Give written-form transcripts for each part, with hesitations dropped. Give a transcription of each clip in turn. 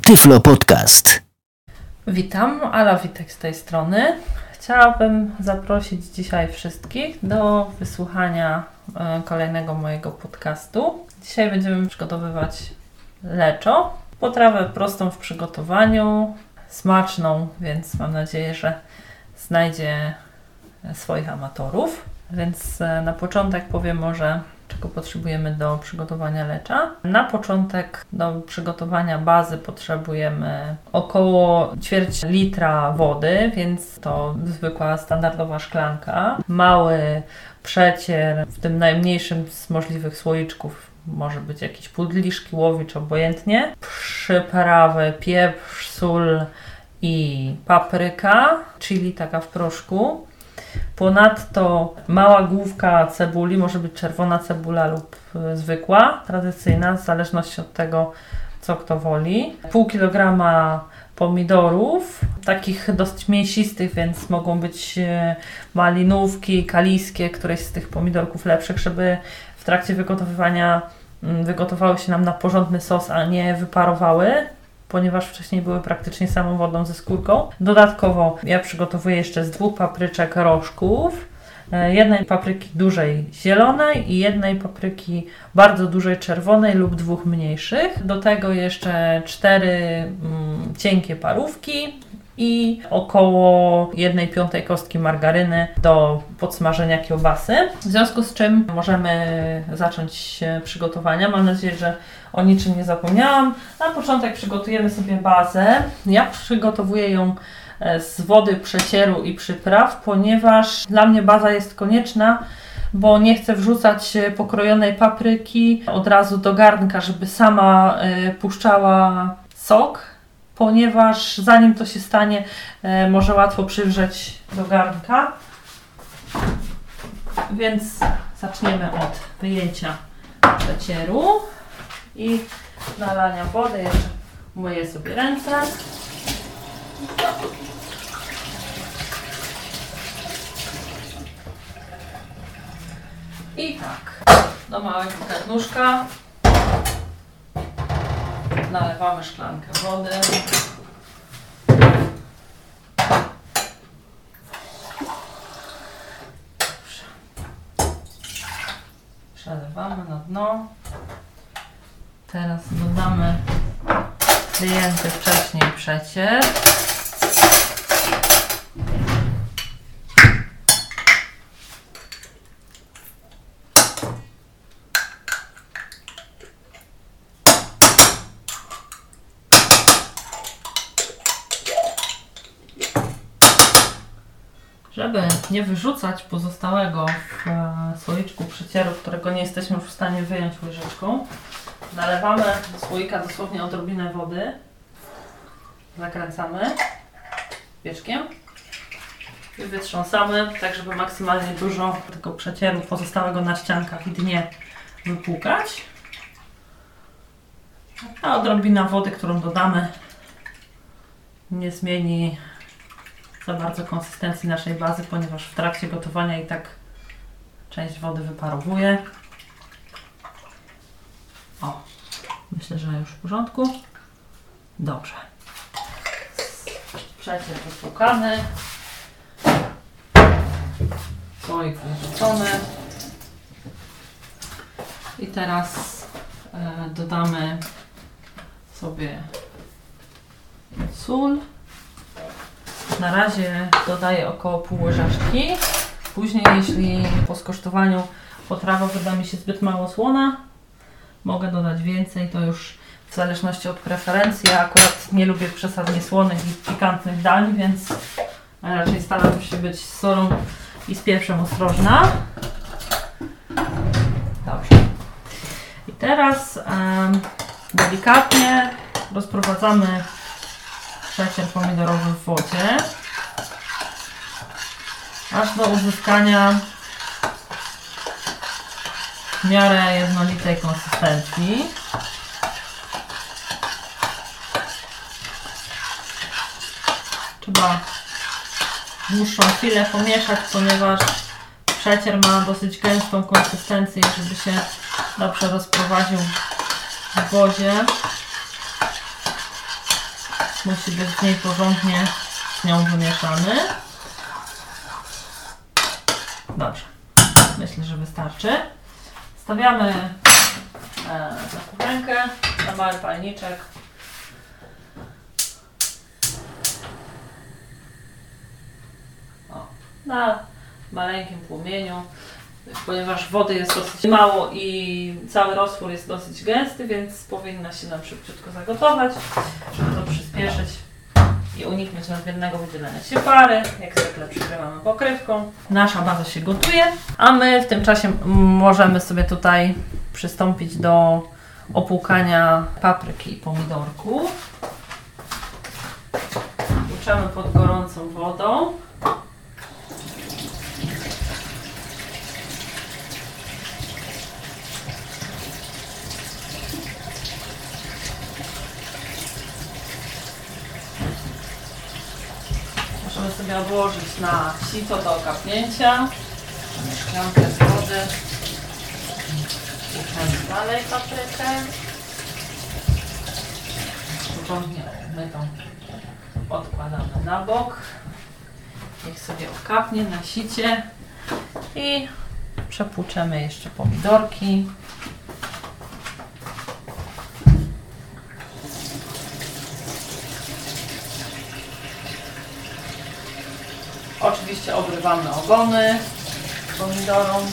Tyflo Podcast. Witam, Ala Witek z tej strony. Chciałabym zaprosić dzisiaj wszystkich do wysłuchania kolejnego mojego podcastu. Dzisiaj będziemy przygotowywać leczo. Potrawę prostą w przygotowaniu, smaczną, więc mam nadzieję, że znajdzie swoich amatorów. Więc na początek powiem może, czego potrzebujemy do przygotowania lecza. Na początek do przygotowania bazy potrzebujemy około ćwierć litra wody, więc to zwykła standardowa szklanka. Mały przecier w tym najmniejszym z możliwych słoiczków. Może być jakiś pudel, szkiłowicz, obojętnie. Przyprawy, pieprz, sól i papryka, czyli taka w proszku. Ponadto mała główka cebuli, może być czerwona cebula lub zwykła, tradycyjna, w zależności od tego, co kto woli. Pół kilograma pomidorów, takich dosyć mięsistych, więc mogą być malinówki, kaliskie, któreś z tych pomidorków lepszych, żeby w trakcie wygotowywania wygotowały się nam na porządny sos, a nie wyparowały, ponieważ wcześniej były praktycznie samą wodą ze skórką. Dodatkowo ja przygotowuję jeszcze z 2 papryczek rożków, jednej papryki dużej zielonej i jednej papryki bardzo dużej czerwonej lub 2 mniejszych. Do tego jeszcze 4 cienkie parówki i około 1/5 kostki margaryny do podsmażenia kiełbasy. W związku z czym możemy zacząć przygotowania. Mam nadzieję, że o niczym nie zapomniałam. Na początek przygotujemy sobie bazę. Ja przygotowuję ją z wody, przecieru i przypraw, ponieważ dla mnie baza jest konieczna, bo nie chcę wrzucać pokrojonej papryki od razu do garnka, żeby sama puszczała sok, ponieważ zanim to się stanie, może łatwo przywrzeć do garnka. Więc zaczniemy od wyjęcia przecieru i nalania wody. Jeszcze myję sobie ręce. I tak, do małego garnuszka nalewamy szklankę wody. Przelewamy na dno. Teraz dodamy wyjęty wcześniej przecier. Żeby nie wyrzucać pozostałego w słoiczku przecieru, którego nie jesteśmy już w stanie wyjąć łyżeczką, nalewamy do słoika dosłownie odrobinę wody, zakręcamy wieczkiem i wytrząsamy, tak żeby maksymalnie dużo tego przecieru pozostałego na ściankach i dnie wypłukać. A odrobina wody, którą dodamy, nie zmieni za bardzo konsystencji naszej bazy, ponieważ w trakcie gotowania i tak część wody wyparowuje. O, myślę, że już w porządku. Dobrze. Przecier wypłukany. Słoik wyrzucony. I teraz dodamy sobie sól. Na razie dodaję około pół łyżeczki. Później, jeśli po skosztowaniu potrawa wyda mi się zbyt mało słona, mogę dodać więcej, to już w zależności od preferencji. Ja akurat nie lubię przesadnie słonych i pikantnych dań, więc raczej staram się być z solą i z pieprzem ostrożna. Dobrze. I teraz delikatnie rozprowadzamy przecier pomidorowy w wodzie, aż do uzyskania w miarę jednolitej konsystencji. Trzeba dłuższą chwilę pomieszać, ponieważ przecier ma dosyć gęstą konsystencję, żeby się dobrze rozprowadził w wodzie. Musi być w niej porządnie z nią wymieszany. Dobrze, myślę, że wystarczy. Stawiamy na kuchenkę, na mały palniczek. Na maleńkim płomieniu, ponieważ wody jest dosyć mało i cały roztwór jest dosyć gęsty, więc powinna się nam szybciutko zagotować, żeby to przyspieszyć i uniknąć nadmiernego wydzielania się pary. Jak zwykle przykrywamy pokrywką. Nasza baza się gotuje, a my w tym czasie możemy sobie tutaj przystąpić do opłukania papryki i pomidorku. Tłuczemy pod gorącą wodą. Możemy sobie odłożyć na sito do okapnięcia. Szklankę z wody. Tłuczemy dalej paprykę. Porządnie umytą odkładamy na bok. Niech sobie okapnie na sicie. I przepłuczemy jeszcze pomidorki. Oczywiście obrywamy ogony pomidorom.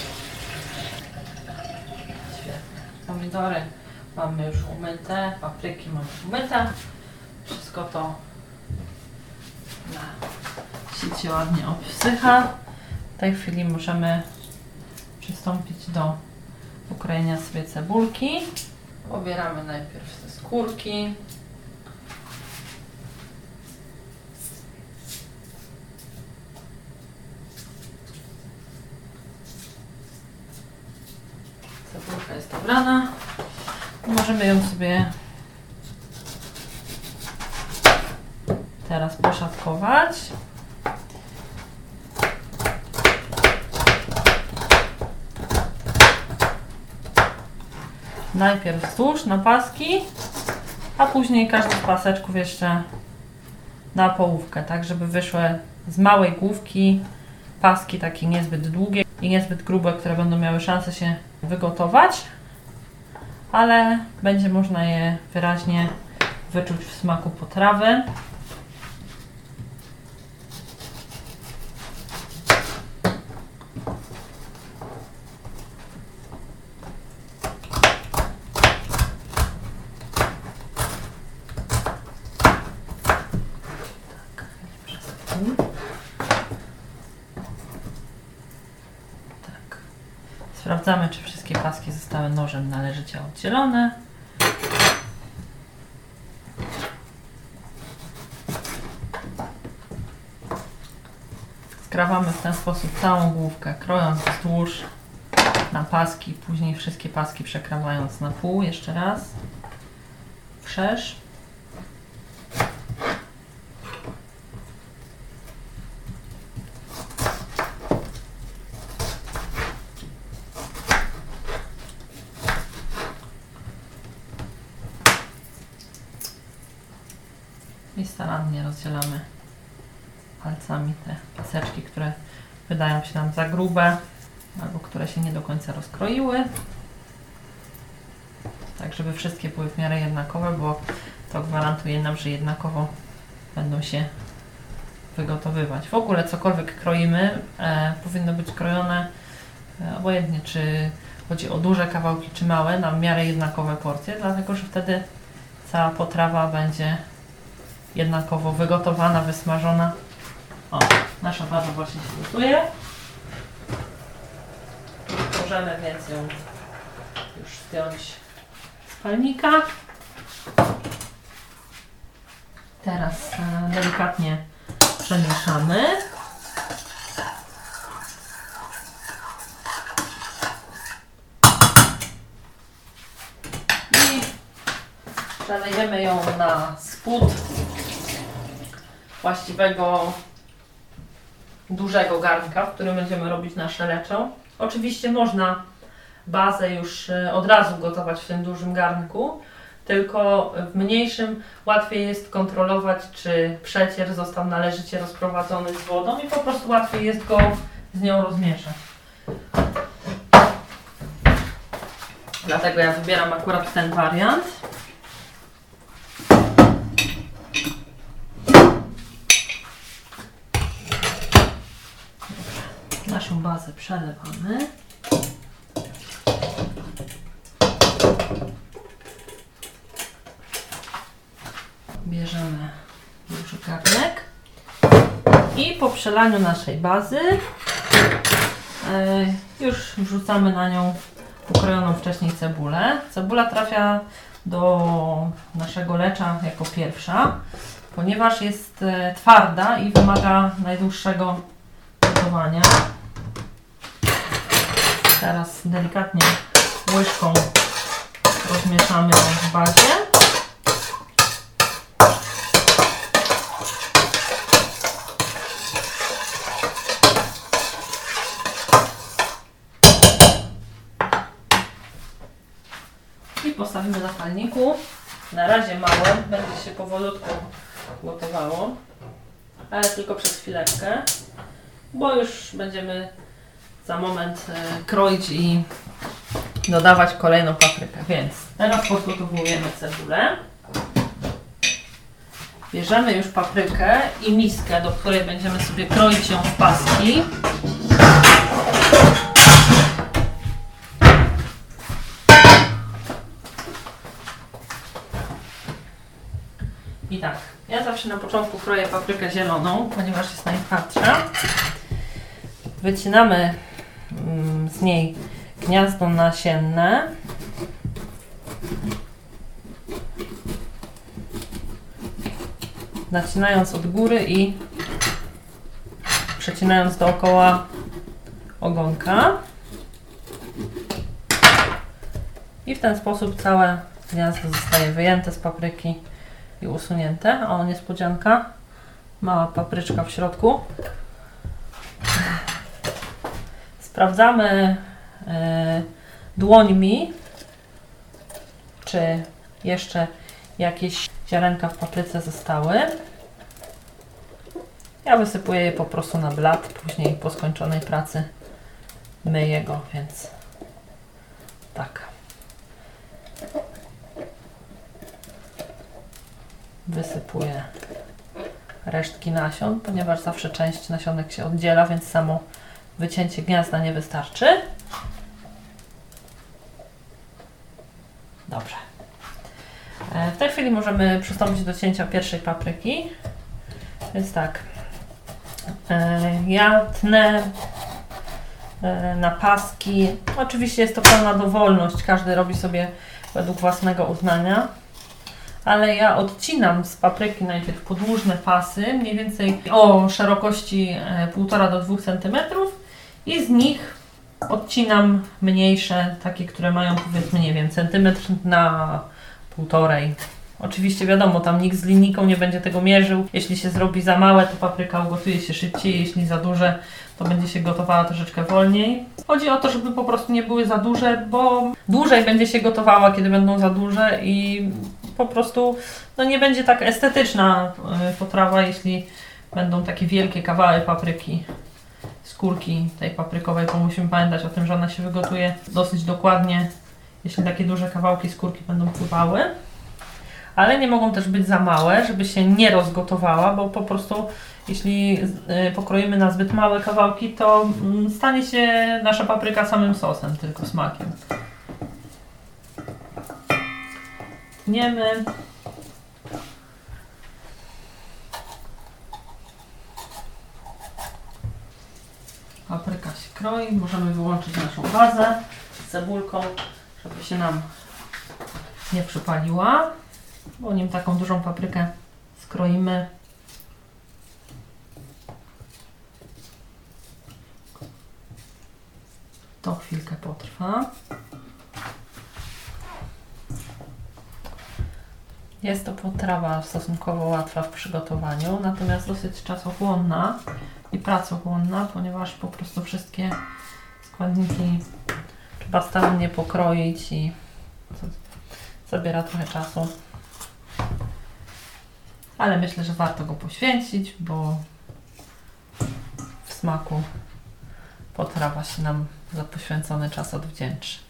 Świetnie. Pomidory mamy już umyte, papryki mamy umyte. Wszystko to na sicie ładnie obsycha. W tej chwili możemy przystąpić do ukrojenia sobie cebulki. Pobieramy najpierw te skórki. Cebulka jest dobrana. Możemy ją sobie teraz poszatkować. Najpierw wzdłuż na paski, a później każdy z paseczków jeszcze na połówkę, tak żeby wyszły z małej główki paski takie niezbyt długie i niezbyt grube, które będą miały szansę się wygotować, ale będzie można je wyraźnie wyczuć w smaku potrawy. Sprawdzamy, czy wszystkie paski zostały nożem należycie oddzielone. Skrawamy w ten sposób całą główkę, krojąc wzdłuż na paski, później wszystkie paski przekrawając na pół, jeszcze raz, wszerz. I starannie rozdzielamy palcami te paseczki, które wydają się nam za grube albo które się nie do końca rozkroiły, tak żeby wszystkie były w miarę jednakowe, bo to gwarantuje nam, że jednakowo będą się wygotowywać. W ogóle cokolwiek kroimy, powinno być krojone obojętnie, czy chodzi o duże kawałki, czy małe, na w miarę jednakowe porcje, dlatego że wtedy cała potrawa będzie jednakowo wygotowana, wysmażona. O, nasza warzywa właśnie się gotuje. Możemy więc ją już zdjąć z palnika. Teraz delikatnie przemieszamy. I przelejemy ją na spód właściwego dużego garnka, w którym będziemy robić nasze leczą. Oczywiście można bazę już od razu gotować w tym dużym garnku, tylko w mniejszym łatwiej jest kontrolować, czy przecier został należycie rozprowadzony z wodą i po prostu łatwiej jest go z nią rozmieszać. Dlatego ja wybieram akurat ten wariant. Naszą bazę przelewamy. Bierzemy duży garnek i po przelaniu naszej bazy już wrzucamy na nią ukrojoną wcześniej cebulę. Cebula trafia do naszego lecza jako pierwsza, ponieważ jest twarda i wymaga najdłuższego gotowania. Teraz delikatnie łyżką rozmieszamy w bazie. I postawimy na palniku. Na razie małe, będzie się powolutku gotowało, ale tylko przez chwileczkę, bo już będziemy za moment kroić i dodawać kolejną paprykę. Więc teraz podgotowujemy cebulę. Bierzemy już paprykę i miskę, do której będziemy sobie kroić ją w paski. I tak, ja zawsze na początku kroję paprykę zieloną, ponieważ jest najtwardsza. Wycinamy z niej gniazdo nasienne. Nacinając od góry i przecinając dookoła ogonka. I w ten sposób całe gniazdo zostaje wyjęte z papryki i usunięte. O, niespodzianka. Mała papryczka w środku. Sprawdzamy dłońmi, czy jeszcze jakieś ziarenka w papryce zostały. Ja wysypuję je po prostu na blat, później po skończonej pracy myję go, więc tak. Wysypuję resztki nasion, ponieważ zawsze część nasionek się oddziela, więc samo wycięcie gniazda nie wystarczy. Dobrze. W tej chwili możemy przystąpić do cięcia pierwszej papryki. Więc tak. Ja tnę na paski. Oczywiście jest to pełna dowolność. Każdy robi sobie według własnego uznania. Ale ja odcinam z papryki najpierw podłużne pasy, mniej więcej o szerokości 1,5 do 2 cm i z nich odcinam mniejsze, takie, które mają powiedzmy, nie wiem, centymetr na 1,5. Oczywiście wiadomo, tam nikt z linijką nie będzie tego mierzył. Jeśli się zrobi za małe, to papryka ugotuje się szybciej, jeśli za duże, to będzie się gotowała troszeczkę wolniej. Chodzi o to, żeby po prostu nie były za duże, bo dłużej będzie się gotowała, kiedy będą za duże i po prostu no, nie będzie tak estetyczna potrawa, jeśli będą takie wielkie kawały papryki, skórki tej paprykowej, bo musimy pamiętać o tym, że ona się wygotuje dosyć dokładnie, jeśli takie duże kawałki skórki będą pływały. Ale nie mogą też być za małe, żeby się nie rozgotowała, bo po prostu jeśli pokroimy na zbyt małe kawałki, to stanie się nasza papryka samym sosem, tylko smakiem. Tniemy. Papryka się kroi, możemy wyłączyć naszą bazę z cebulką, żeby się nam nie przypaliła, bo nim taką dużą paprykę skroimy. To chwilkę potrwa. Jest to potrawa stosunkowo łatwa w przygotowaniu, natomiast dosyć czasochłonna i pracochłonna, ponieważ po prostu wszystkie składniki trzeba starannie pokroić i zabiera trochę czasu. Ale myślę, że warto go poświęcić, bo w smaku potrawa się nam za poświęcony czas odwdzięczy.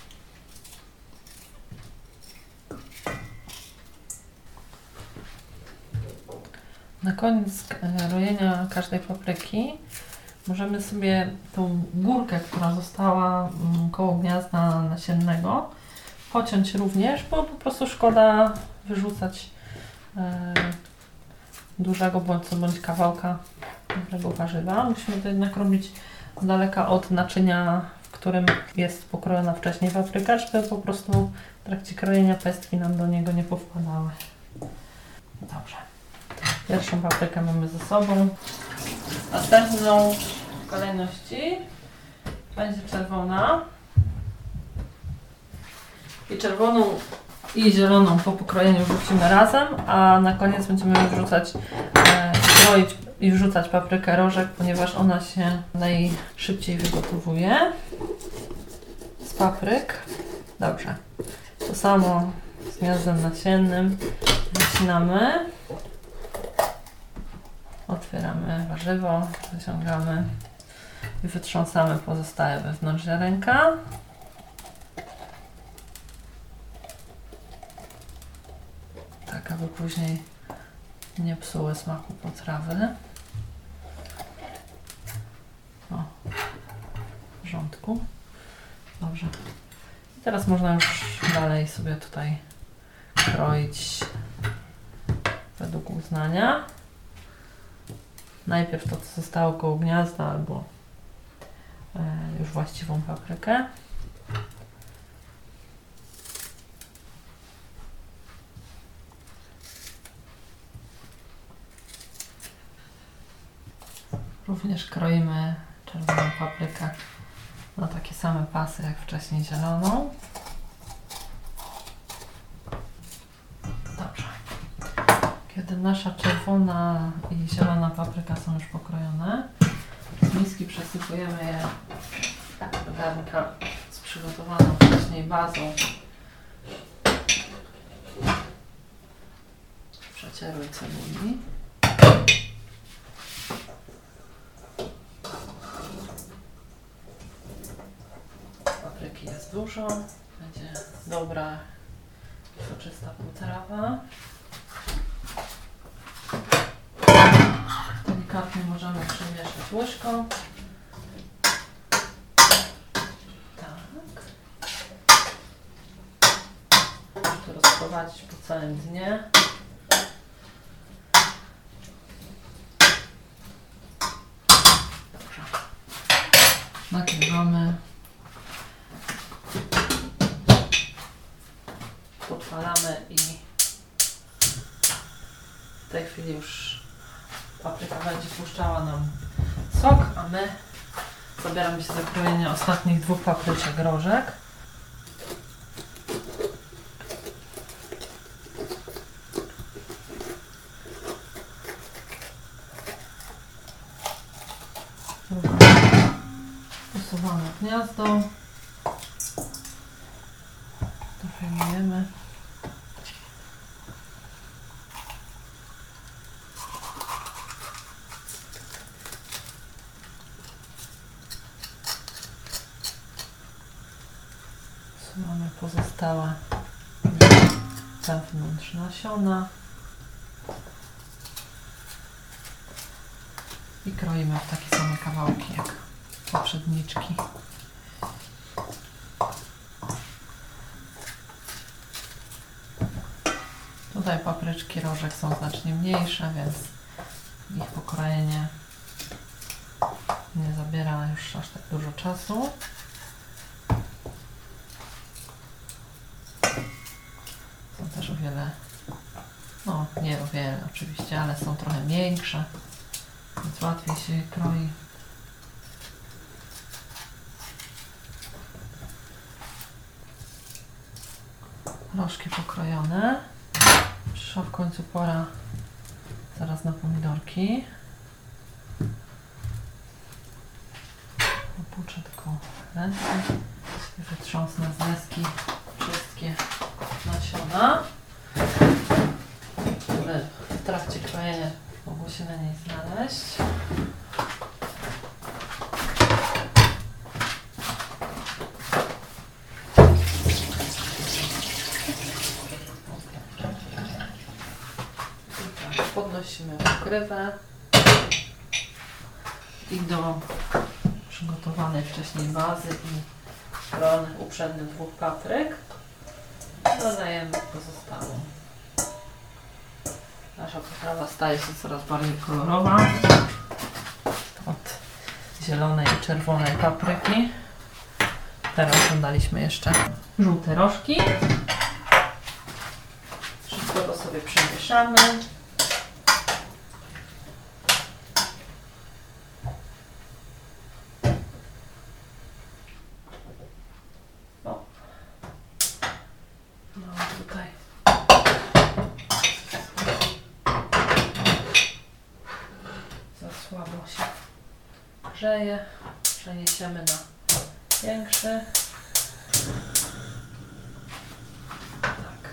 Na koniec rojenia każdej papryki możemy sobie tą górkę, która została koło gniazda nasiennego, pociąć również, bo po prostu szkoda wyrzucać dużego bądź kawałka dobrego warzywa. Musimy to jednak robić z daleka od naczynia, w którym jest pokrojona wcześniej papryka, żeby po prostu w trakcie krojenia pestki nam do niego nie powpadały. Dobrze. Pierwszą paprykę mamy ze sobą. Następną w kolejności będzie czerwona. I czerwoną i zieloną po pokrojeniu wrzucimy razem, a na koniec będziemy wrzucać, kroić i wrzucać paprykę rożek, ponieważ ona się najszybciej wygotowuje z papryk. Dobrze. To samo z gniazdem nasiennym. Wycinamy. Otwieramy warzywo, wyciągamy i wytrząsamy pozostałe wewnątrz ziarenka. Tak, aby później nie psuły smaku potrawy. O, w porządku. Dobrze. I teraz można już dalej sobie tutaj kroić według uznania. Najpierw to, co zostało koło gniazda, albo już właściwą paprykę. Również kroimy czerwoną paprykę na takie same pasy jak wcześniej zieloną. Dobrze. Kiedy nasza czerwona i zielona papryka są już pokrojone, z miski przesypujemy je do garnka z przygotowaną wcześniej bazą przecierłej cebuli. Papryki jest dużo, będzie dobra, soczysta potrawa. Delikatnie możemy przemieszać łyżką. Tak. Możemy to rozprowadzić po całym dnie. Dobrze. Nagrywamy. Podpalamy i w tej chwili już papryka będzie puszczała nam sok, a my zabieramy się za krojenie ostatnich 2 papryczek rożek. Usuwamy gniazdo. Wyjmujemy. Mamy pozostałe wewnątrz nasiona i kroimy w takie same kawałki jak poprzedniczki. Tutaj papryczki rożek są znacznie mniejsze, więc ich pokrojenie nie zabiera już aż tak dużo czasu. Są też o wiele, no nie o wiele oczywiście, ale są trochę mniejsze, więc łatwiej się je kroi. Rożki pokrojone. Przyszła w końcu pora zaraz na pomidorki. Opłuczę tylko ręce i wytrząsnę z deski wszystkie nasiona, które w trakcie krojenia mogło się na niej znaleźć. Podnosimy pokrywę i do przygotowanej wcześniej bazy i skrojonych uprzednio 2 papryk dodajemy pozostałą. Nasza potrawa staje się coraz bardziej kolorowa od zielonej i czerwonej papryki. Teraz dodaliśmy jeszcze żółte rożki. Wszystko to sobie przemieszamy. Tutaj za słabo się grzeje. Przeniesiemy na większy. Tak.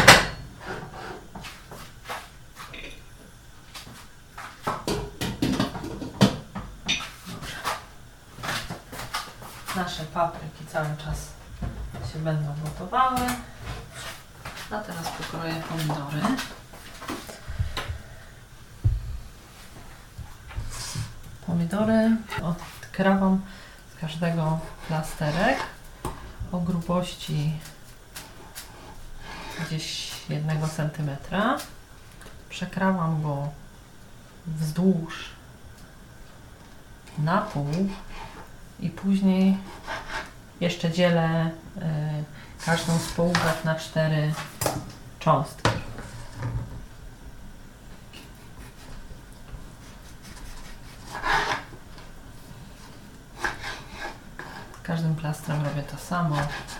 Dobrze. Nasze papryki cały czas się będą gotowały. A teraz pokroję pomidory. Pomidory odkrawam z każdego plasterek o grubości gdzieś 1 cm. Przekrawam go wzdłuż na pół i później jeszcze dzielę każdą z połówek na 4 cząstki. Z każdym plastrem robię to samo.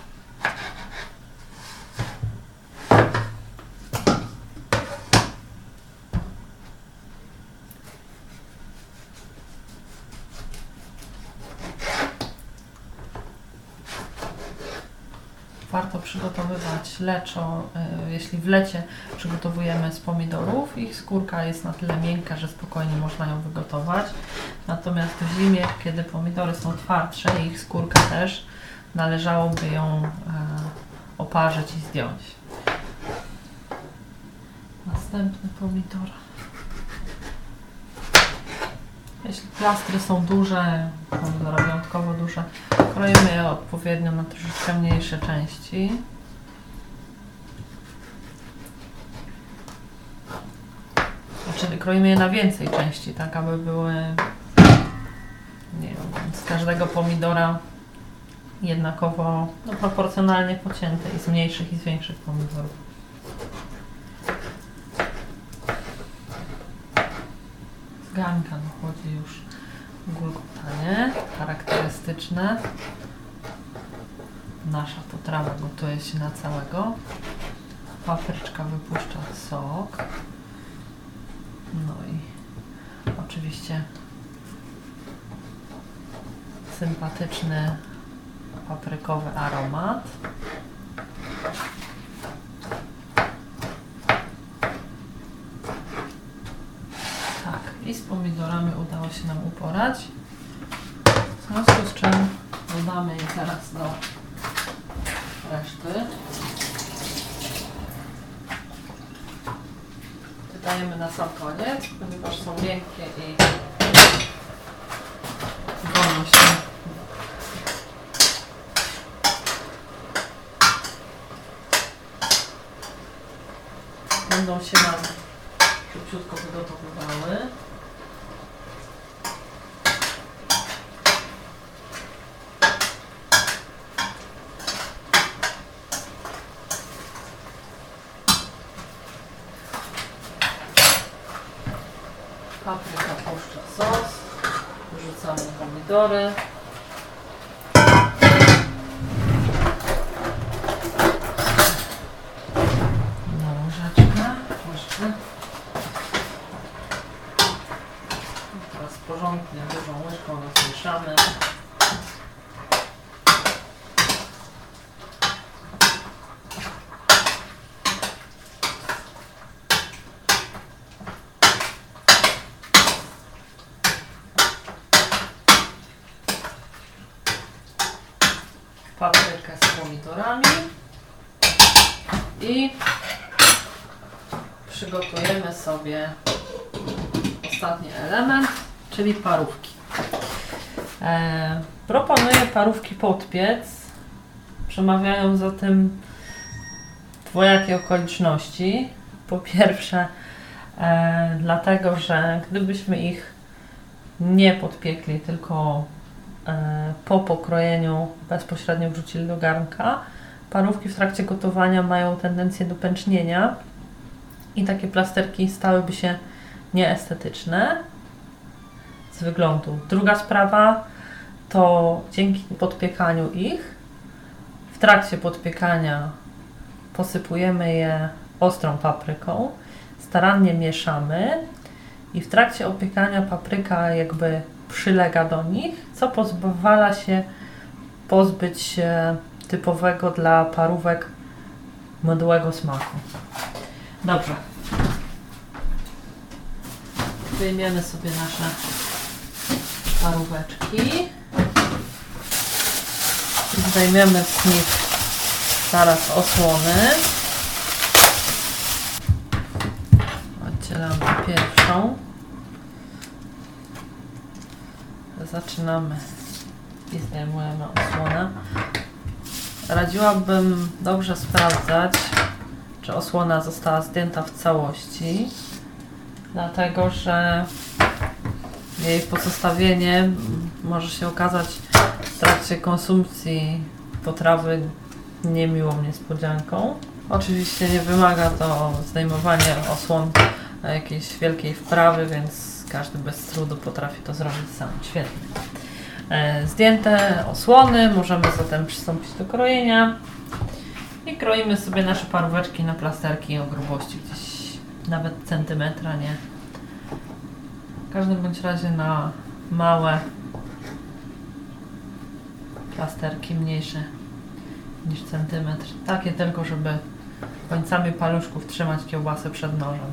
Warto przygotowywać leczo, jeśli w lecie przygotowujemy z pomidorów, ich skórka jest na tyle miękka, że spokojnie można ją wygotować. Natomiast w zimie, kiedy pomidory są twardsze i ich skórka też, należałoby ją oparzyć i zdjąć. Następny pomidor. Jeśli plastry są duże, pomidory wyjątkowo duże, kroimy je odpowiednio na troszeczkę mniejsze części. Znaczy kroimy je na więcej części, tak aby były, nie wiem, z każdego pomidora jednakowo proporcjonalnie pocięte i z mniejszych i z większych pomidorów. Z garnka dochodzi już gulgotanie charakterystyczne. Nasza potrawa gotuje się na całego. Papryczka wypuszcza sok. No i oczywiście sympatyczny paprykowy aromat. I z pomidorami udało się nam uporać. W związku z czym dodamy je teraz do reszty. Dodajemy na sam koniec, ponieważ są miękkie i wolno się będą się nam szybciutko wygotowywały. Papryka puszcza sos, wrzucamy pomidory. Na łyżeczkę jeszcze. Teraz porządnie dużą łyżką rozmieszamy. paprykę z pomidorami i przygotujemy sobie ostatni element, czyli parówki. Proponuję parówki podpiec. Przemawiają za tym dwojakie okoliczności. Po pierwsze, dlatego, że gdybyśmy ich nie podpiekli, tylko po pokrojeniu bezpośrednio wrzucili do garnka, parówki w trakcie gotowania mają tendencję do pęcznienia i takie plasterki stałyby się nieestetyczne z wyglądu. Druga sprawa to dzięki podpiekaniu ich, w trakcie podpiekania posypujemy je ostrą papryką, starannie mieszamy i w trakcie opiekania papryka jakby przylega do nich, co pozwala się pozbyć się typowego dla parówek mdłego smaku. Dobrze. Wyjmiemy sobie nasze paróweczki. Zdejmiemy z nich zaraz osłony. Oddzielamy pierwszą. Zaczynamy i zdejmujemy osłonę. Radziłabym dobrze sprawdzać, czy osłona została zdjęta w całości, dlatego że jej pozostawienie może się okazać w trakcie konsumpcji potrawy niemiłą niespodzianką. Oczywiście nie wymaga to zdejmowania osłon jakiejś wielkiej wprawy, więc każdy bez trudu potrafi to zrobić sam. Świetnie. Zdjęte osłony, możemy zatem przystąpić do krojenia i kroimy sobie nasze paróweczki na plasterki o grubości gdzieś nawet centymetra, nie? W każdym bądź razie na małe plasterki, mniejsze niż centymetr. Takie tylko, żeby końcami paluszków trzymać kiełbasę przed nożem.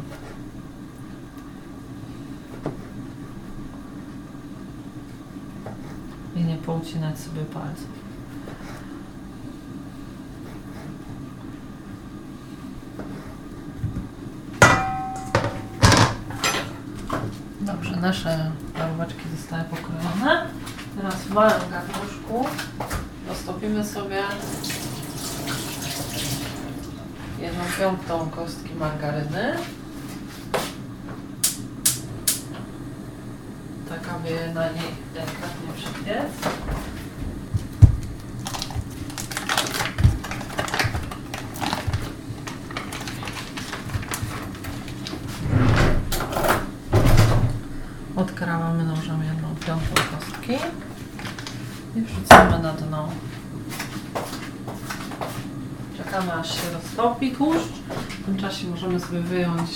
I nie poucinać sobie palców. Dobrze, nasze paróweczki zostały pokrojone. Teraz w małym garnuszku roztopimy sobie 1/5 kostki margaryny, tak aby na niej delikatnie przypiec. Odkrawamy nożem 1/5 kostki i wrzucamy na dno. Czekamy, aż się roztopi tłuszcz. W tym czasie możemy sobie wyjąć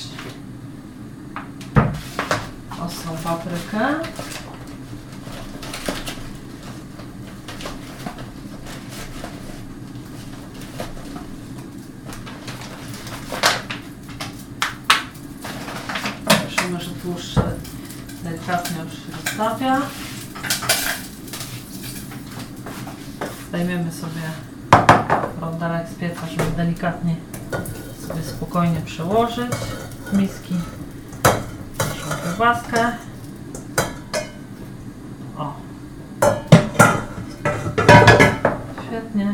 ostrą paprykę. Słyszymy, że tłuszcz delikatnie już się roztapia. Zdejmiemy sobie rondelek z pieca, żeby delikatnie sobie spokojnie przełożyć z miski naszą kiełbaskę. O! Świetnie.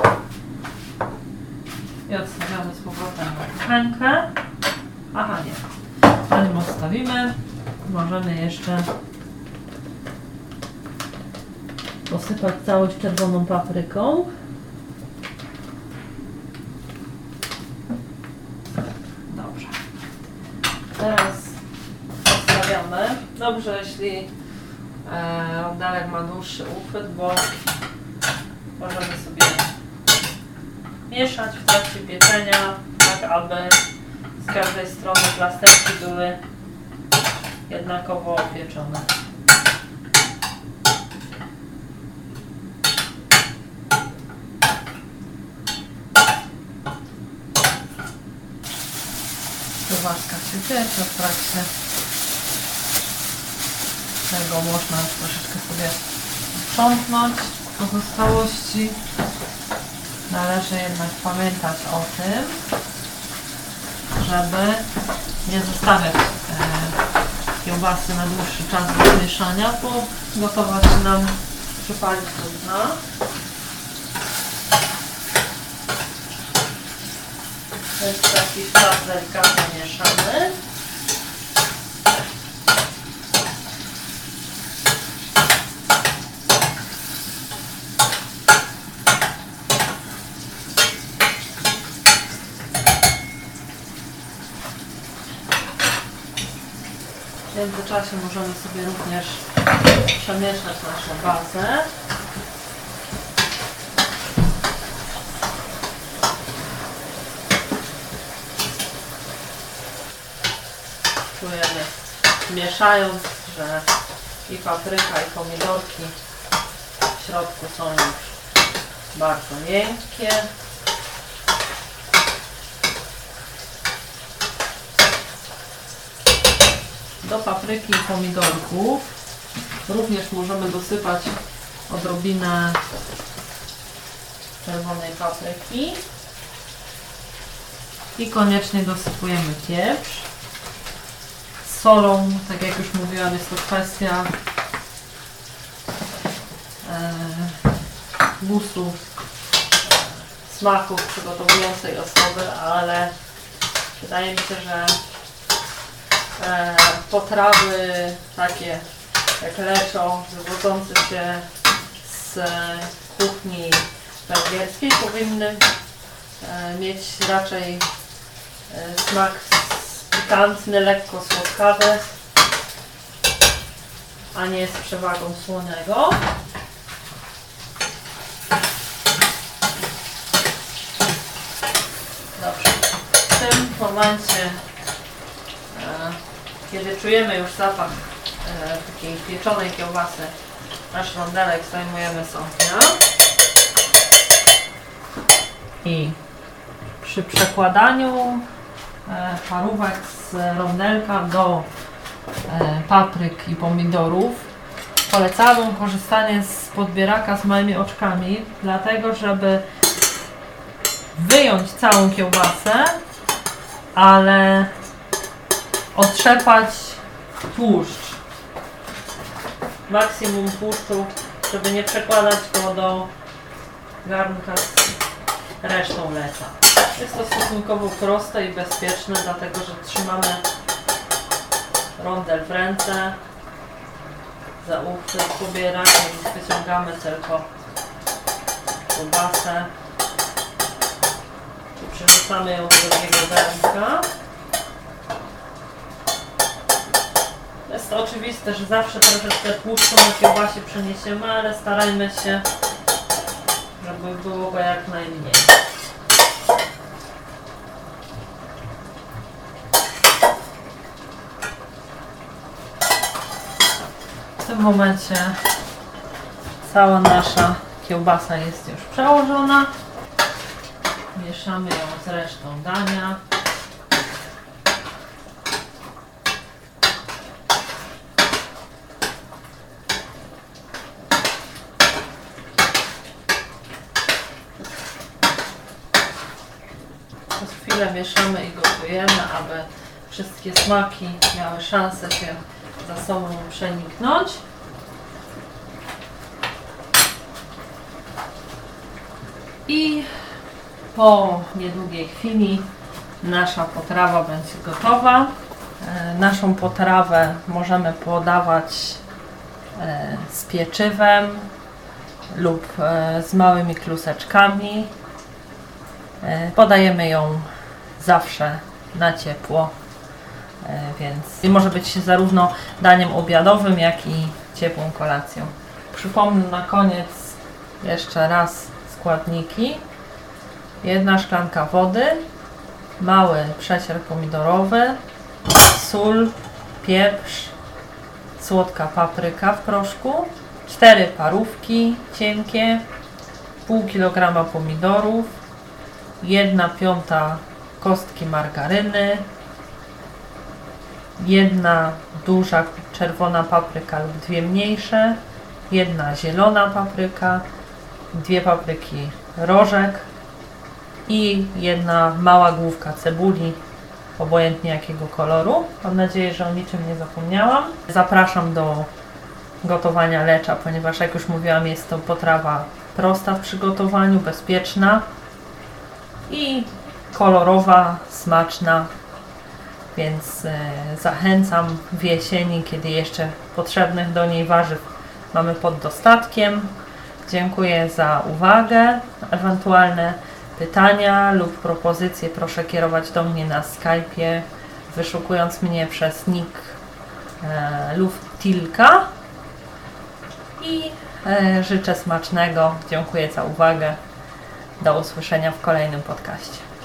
I odstawiamy z powrotem na kuchenkę. Aha, nie. Zanim odstawimy, możemy jeszcze posypać całość czerwoną papryką. Dobrze. Teraz odstawiamy. Dobrze, jeśli rondelek ma dłuższy uchwyt, bo możemy sobie mieszać w trakcie pieczenia, tak aby z każdej strony plasterki były jednakowo opieczone. Kiełbaska się piecze, w trakcie tego można troszeczkę sobie sprzątnąć. pozostałości należy jednak pamiętać o tym, żeby nie zostawiać kiełbasy na dłuższy czas bez mieszania, bo gotowa się nam przypalić do dna. To jest taki czas delikatnie mieszany. W międzyczasie możemy sobie również przemieszać naszą bazę. Czujemy, mieszając, że i papryka, i pomidorki w środku są już bardzo miękkie. Do papryki i pomidorków również możemy dosypać odrobinę czerwonej papryki i koniecznie dosypujemy pieprz. Z solą, tak jak już mówiłam, jest to kwestia gustu, smaku przygotowującej osoby, ale wydaje mi się, że potrawy takie jak leczo, wywodzące się z kuchni węgierskiej, powinny mieć raczej smak pikantny, lekko słodkawy, a nie z przewagą słonego. Dobrze. W tym momencie, kiedy czujemy już zapach takiej pieczonej kiełbasy, nasz rondelek zdejmujemy z ognia i przy przekładaniu parówek z rondelka do papryk i pomidorów polecałabym korzystanie z podbieraka z małymi oczkami, dlatego żeby wyjąć całą kiełbasę, ale otrzepać tłuszcz, maksimum tłuszczu, żeby nie przekładać go do garnka z resztą lesa. Jest to stosunkowo proste i bezpieczne, dlatego że trzymamy rondel w ręce, za uchwyt pobierak i wyciągamy tylko kiełbasę i przerzucamy ją do drugiego garnka. Jest to oczywiste, że zawsze troszeczkę tłuszczu na kiełbasie przeniesiemy, ale starajmy się, żeby było go jak najmniej. W tym momencie cała nasza kiełbasa jest już przełożona. Mieszamy ją z resztą dania. Przez chwilę mieszamy i gotujemy, aby wszystkie smaki miały szansę się za sobą przeniknąć. I po niedługiej chwili nasza potrawa będzie gotowa. Naszą potrawę możemy podawać z pieczywem lub z małymi kluseczkami. Podajemy ją zawsze na ciepło, więc może być zarówno daniem obiadowym, jak i ciepłą kolacją. Przypomnę na koniec jeszcze raz składniki. 1 szklanka wody, mały przecier pomidorowy, sól, pieprz, słodka papryka w proszku, 4 parówki cienkie, pół kilograma pomidorów, 1/5 kostki margaryny, 1 duża czerwona papryka lub 2 mniejsze, 1 zielona papryka, 2 papryki rożek i 1 mała główka cebuli, obojętnie jakiego koloru. Mam nadzieję, że o niczym nie zapomniałam. Zapraszam do gotowania lecza, ponieważ jak już mówiłam, jest to potrawa prosta w przygotowaniu, bezpieczna i kolorowa, smaczna, więc zachęcam w jesieni, kiedy jeszcze potrzebnych do niej warzyw mamy pod dostatkiem. Dziękuję za uwagę. Ewentualne pytania lub propozycje proszę kierować do mnie na Skype'ie, wyszukując mnie przez nick Luftilka. I życzę smacznego. Dziękuję za uwagę. Do usłyszenia w kolejnym podcaście.